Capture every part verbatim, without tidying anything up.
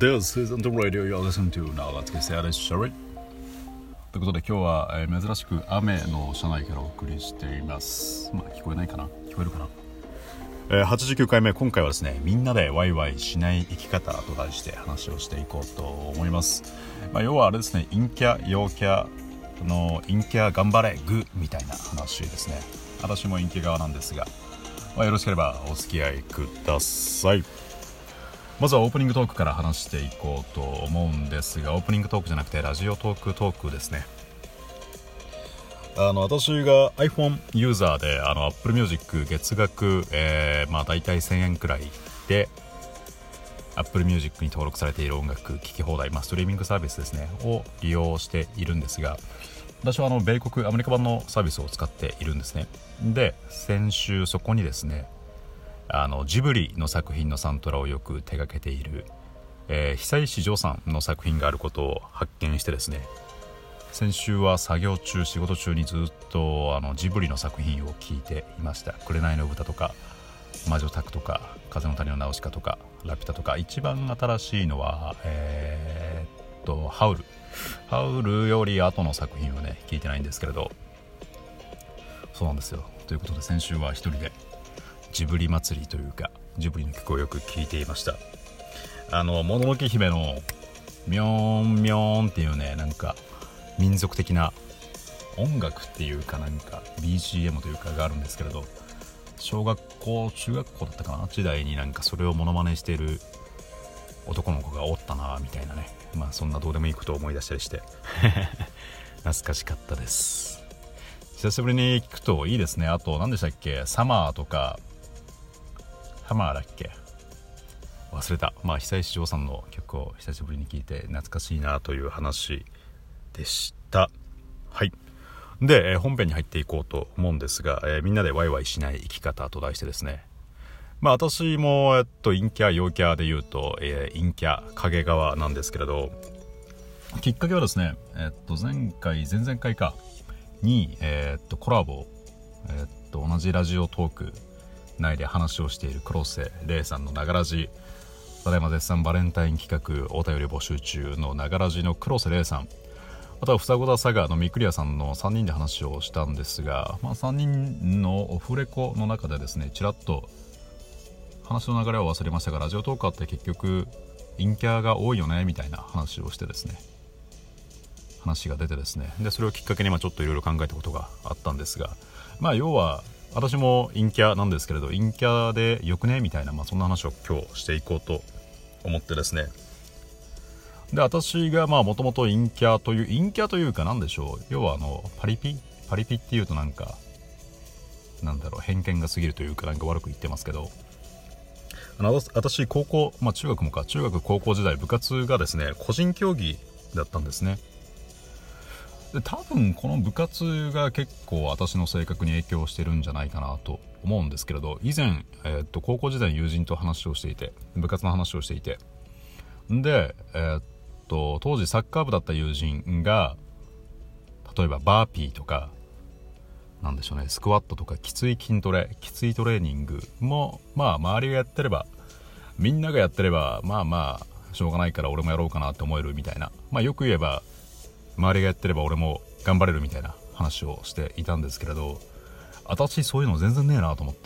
This is the radio you're listening to now. Let's get started, shall we? ということで今日は、えー、珍しく雨の車内からお送りしています。まあ聞こえないかな聞こえるかな、えー、はちじゅうきゅうかいめ、今回はですね、みんなでワイワイしない生き方と題して話をしていこうと思います。まあ、要はあれですね、陰キャ陽キャの陰キャ頑張れグみたいな話ですね。私も陰キャ側なんですが、まあ、よろしければお付き合いください。まずはオープニングトークから話していこうと思うんですが、オープニングトークじゃなくてラジオトークトークですね。あの私が iPhone ユーザーであの Apple Music 月額、えー、まあ大体せんえんくらいで Apple Music に登録されている音楽聴き放題、まあ、ストリーミングサービスですねを利用しているんですが、私はあの米国アメリカ版のサービスを使っているんですね。で先週そこにですね、あのジブリの作品のサントラをよく手掛けている、えー、久石譲さんの作品があることを発見してですね、先週は作業中仕事中にずっとあのジブリの作品を聴いていました。紅の豚とか魔女宅とか風の谷のナウシカとかラピュタとか、一番新しいのはえー、っとハウルハウルより後の作品をね聴いてないんですけれど、そうなんですよ。ということで先週は一人でジブリ祭りというかジブリの曲をよく聴いていました。あのもののけ姫のミョーンミョーンっていうね、なんか民族的な音楽っていうかなんか ビージーエム というかがあるんですけれど、小学校中学校だったかな時代になんかそれをモノマネしている男の子がおったなみたいなね、まあそんなどうでもいいことを思い出したりして懐かしかったです。久しぶりに聞くといいですね。あと何でしたっけ、サマーとかハマーだっけ忘れた。まあ久石譲さんの曲を久しぶりに聴いて懐かしいなという話でした。はい。で、えー、本編に入っていこうと思うんですが、えー、みんなでワイワイしない生き方と題してですね、まあ私も、えっと、陰キャ陽キャで言うと、えー、陰キャ影側なんですけれど、きっかけはですね、えっと前回前々回かに、えー、っとコラボ、えー、っと同じラジオトーク内で話をしている黒瀬玲さんのながらじ、ただいま絶賛バレンタイン企画お便り募集中のながらじの黒瀬玲さん、あとはふさごだサガのミクリアさんのさんにんで話をしたんですが、まあ、さんにんのオフレコの中でですね、ちらっと話の流れを忘れましたが、ラジオトーカーって結局陰キャが多いよねみたいな話をしてですね、話が出てですね、でそれをきっかけにまあちょっといろいろ考えたことがあったんですが、まあ要は私も陰キャなんですけれど、陰キャでよくねみたいな、まあ、そんな話を今日していこうと思ってですね。で私がまあもともと陰キャという陰キャというかなんでしょう、要はあのパリピパリピっていうとなんかなんだろう、偏見が過ぎるというかなんか悪く言ってますけど、あの私高校、まあ中学もか中学高校時代部活がですね個人競技だったんですね。で多分この部活が結構私の性格に影響してるんじゃないかなと思うんですけれど、以前、えー、っと高校時代に友人と話をしていて、部活の話をしていて、で、えー、っと当時サッカー部だった友人が例えばバーピーとかなんでしょうね、スクワットとかきつい筋トレきついトレーニングもまあ周りがやってればみんながやってればまあまあしょうがないから俺もやろうかなって思えるみたいな、まあよく言えば周りがやってれば俺も頑張れるみたいな話をしていたんですけれど、私そういうの全然ねえなと思って、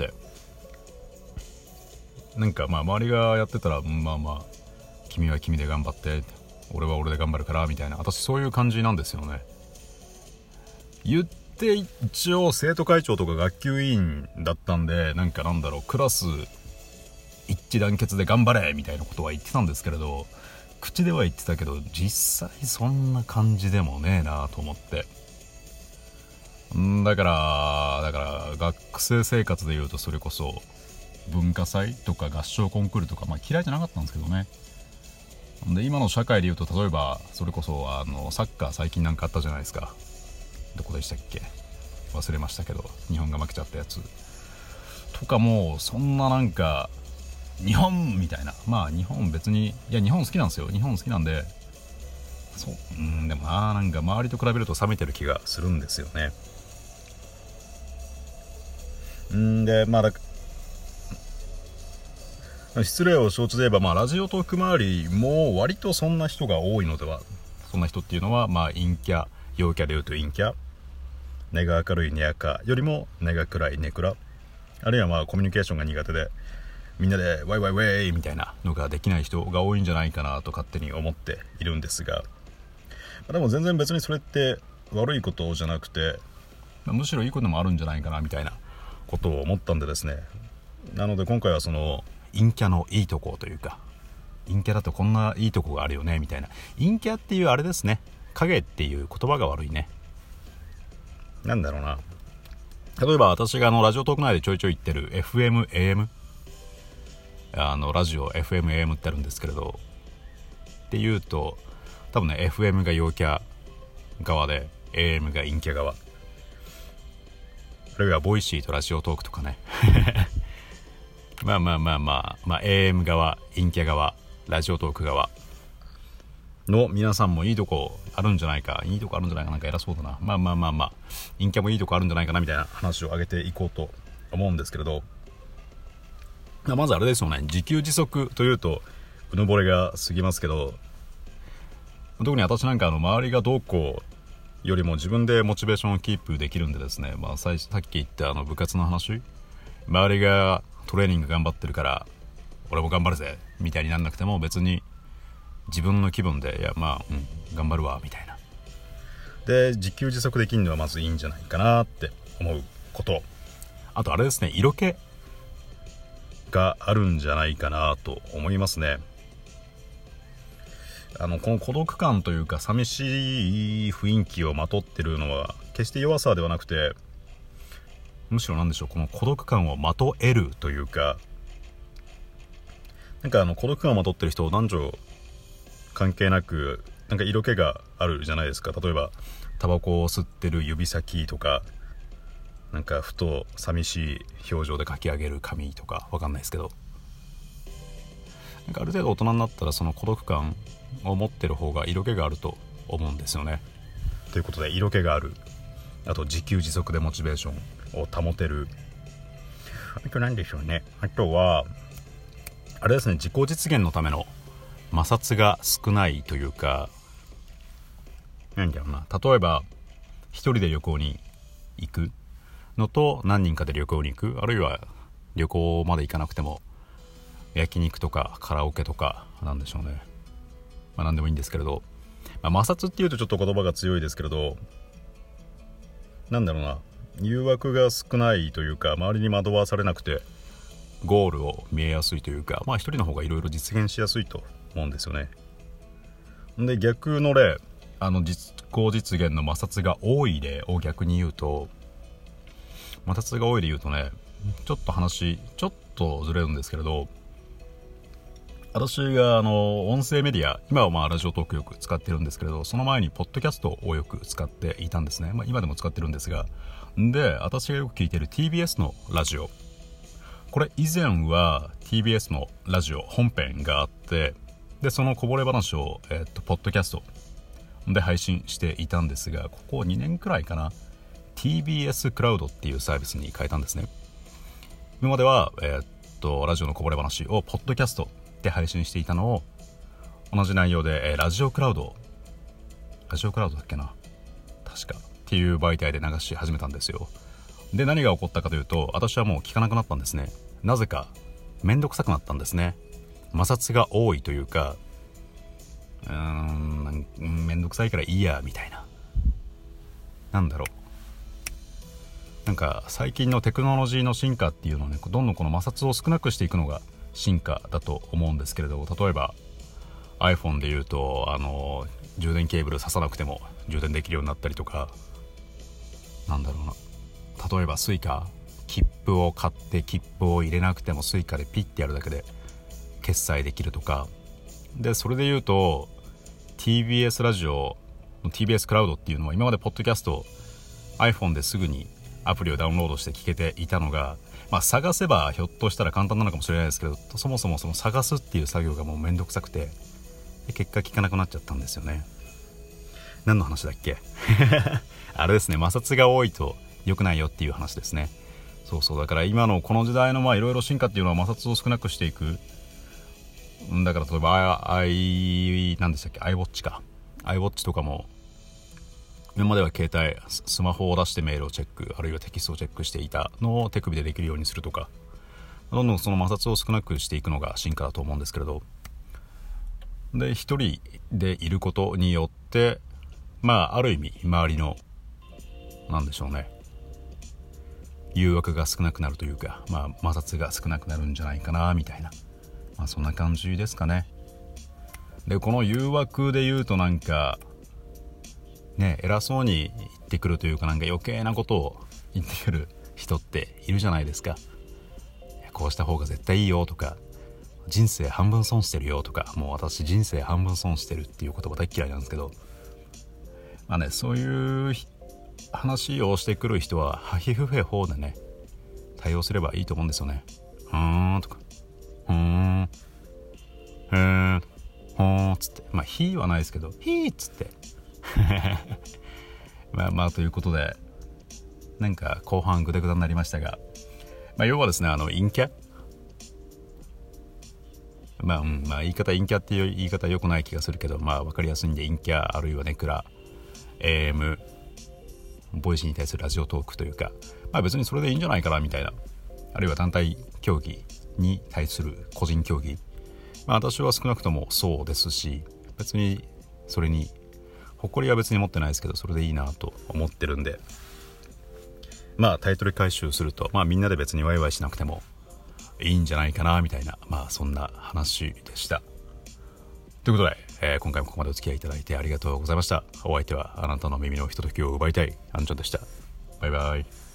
なんかまあ周りがやってたらまあまあ君は君で頑張って俺は俺で頑張るからみたいな、私そういう感じなんですよね。言って一応生徒会長とか学級委員だったんで、なんかなんだろう、クラス一致団結で頑張れみたいなことは言ってたんですけれど、口では言ってたけど実際そんな感じでもねえなと思って、んだからだから学生生活でいうとそれこそ文化祭とか合唱コンクールとか、まあ嫌いじゃなかったんですけどね。で今の社会でいうと例えばそれこそあのサッカー最近なんかあったじゃないですか。どこでしたっけ忘れましたけど、日本が負けちゃったやつとかもそんななんか日本みたいな、まあ日本別にいや日本好きなんですよ、日本好きなんで、そううんでもな、なんか周りと比べると冷めてる気がするんですよね。んでまあだ失礼を承知で言えば、まあ、ラジオトーク周りも割とそんな人が多いのでは。そんな人っていうのは、まあ、陰キャ、陽キャでいうと陰キャ、根が明るい根赤よりも根が暗い根暗、あるいはまあコミュニケーションが苦手でみんなでワイワイウェイみたいなのができない人が多いんじゃないかなと勝手に思っているんですが、でも全然別にそれって悪いことじゃなくて、むしろいいこともあるんじゃないかなみたいなことを思ったんでですね。なので今回はその陰キャのいいとこというか、陰キャだとこんないいとこがあるよねみたいな、陰キャっていうあれですね、影っていう言葉が悪いね。なんだろうな、例えば私があのラジオトーク内でちょいちょい言ってる エフエム エーエム、 あのラジオ エフエム エーエム ってあるんですけれど、っていうと多分ね エフエム が陽キャ側で エーエム が陰キャ側、あるいはボイシーとラジオトークとかねまあまあまあまあ、まあ、エーエム 側、陰キャ側、ラジオトーク側の皆さんもいいとこあるんじゃないか、いいとこあるんじゃないか、なんか偉そうだな。まあまあまあまあ、陰キャもいいとこあるんじゃないかなみたいな話を上げていこうと思うんですけれど、まずあれですよね、自給自足というとうぬぼれが過ぎますけど、特に私なんかあの周りがどうこうよりも自分でモチベーションをキープできるんでですね、まあ、さっき言ったあの部活の話、周りがトレーニング頑張ってるから俺も頑張るぜみたいになんなくても、別に自分の気分でいやまあ、うん、頑張るわみたいなで自給自足できるのはまずいいんじゃないかなって思うこと、あとあれですね、色気があるんじゃないかなと思いますね。あのこの孤独感というか寂しい雰囲気をまとってるのは決して弱さではなくて、むしろなんでしょう、この孤独感をまとえるというか、なんかあの孤独感をまとってる人、男女関係なくなんか色気があるじゃないですか。例えばタバコを吸ってる指先とか、なんかふと寂しい表情で描き上げる髪とかわかんないですけど、なんかある程度大人になったらその孤独感を持ってる方が色気があると思うんですよね。ということで色気がある、あと自給自足でモチベーションを保てる、あと何でしょうね、あとはあれですね、自己実現のための摩擦が少ないというか、なんだろうな、例えば一人で旅行に行くのと何人かで旅行に行く、あるいは旅行まで行かなくても焼肉とかカラオケとかなんでしょうね、まあ何でもいいんですけれど、まあ、摩擦っていうとちょっと言葉が強いですけれど、なんだろうな、誘惑が少ないというか、周りに惑わされなくてゴールを見えやすいというか、まあ一人の方がいろいろ実現しやすいと思うんですよね。で逆の例、あの実行実現の摩擦が多い例を逆に言うと、摩擦が多いで言うとね、ちょっと話ちょっとずれるんですけれど、私があの音声メディア、今はまあラジオトークよく使ってるんですけれど、その前にポッドキャストをよく使っていたんですね。まあ、今でも使ってるんですが、で私がよく聞いてる ティービーエス のラジオ、これ以前は ティービーエス のラジオ本編があって、でそのこぼれ話を、えー、っとポッドキャストで配信していたんですが、ここにねんくらいかな、 ティービーエス クラウドっていうサービスに変えたんですね。今までは、えー、っとラジオのこぼれ話をポッドキャストで配信していたのを、同じ内容で、えー、ラジオクラウドラジオクラウドだっけな、確かっていう媒体で流し始めたんですよ。で何が起こったかというと、私はもう聞かなくなったんですね。なぜかめんどくさくなったんですね。摩擦が多いというか、うーんめんどくさいからいいやみたいな、なんだろう、なんか最近のテクノロジーの進化っていうのはね、どんどんこの摩擦を少なくしていくのが進化だと思うんですけれど、例えば iPhone でいうとあの充電ケーブル挿さなくても充電できるようになったりとか、なんだろうな、例えばスイカ、切符を買って切符を入れなくてもスイカでピッてやるだけで決済できるとかで、それで言うと ティービーエス ラジオ ティービーエス クラウドっていうのは今までポッドキャスト iPhone ですぐにアプリをダウンロードして聞けていたのが、まあ探せばひょっとしたら簡単なのかもしれないですけど、そもそもその探すっていう作業がもうめんどくさくて、結果聞かなくなっちゃったんですよね。何の話だっけあれですね、摩擦が多いと良くないよっていう話ですね。 そうそう、だから今のこの時代のまあいろいろ進化っていうのは摩擦を少なくしていく。だから例えば i 何でしたっけ iWatch か iWatch とかも今までは携帯スマホを出してメールをチェック、あるいはテキストをチェックしていたのを手首でできるようにするとか、どんどんその摩擦を少なくしていくのが進化だと思うんですけれど、で一人でいることによってまあある意味周りのなんでしょうね、誘惑が少なくなるというか、まあ摩擦が少なくなるんじゃないかなみたいな、まあそんな感じですかね。でこの誘惑で言うとなんかね、偉そうに言ってくるというか、なんか余計なことを言ってくる人っているじゃないですか。こうした方が絶対いいよとか、人生半分損してるよとか、もう私人生半分損してるっていう言葉大嫌いなんですけど、まあね、そういう話をしてくる人はハヒフヘホーでね対応すればいいと思うんですよね。うーんとかうーんへーほーっつって、まあヒーはないですけどヒーっつってまあまあということで、なんか後半グダグダになりましたが、まあ要はですね、あの陰キャ、まあ、うん、まあ言い方陰キャっていう言い方は良くない気がするけど、まあ分かりやすいんで陰キャあるいはネクラ エーエム ボイシーに対するラジオトークというか、まあ別にそれでいいんじゃないかなみたいな、あるいは団体競技に対する個人競技、まあ私は少なくともそうですし、別にそれに誇りは別に持ってないですけど、それでいいなと思ってるんで、まあタイトル回収すると、まあみんなで別にワイワイしなくてもいいんじゃないかなみたいな、まあそんな話でした。ということで、えー、今回もここまでお付き合いいただいてありがとうございました。お相手はあなたの耳のひとときを奪いたいアンちゃんでした。バイバイ。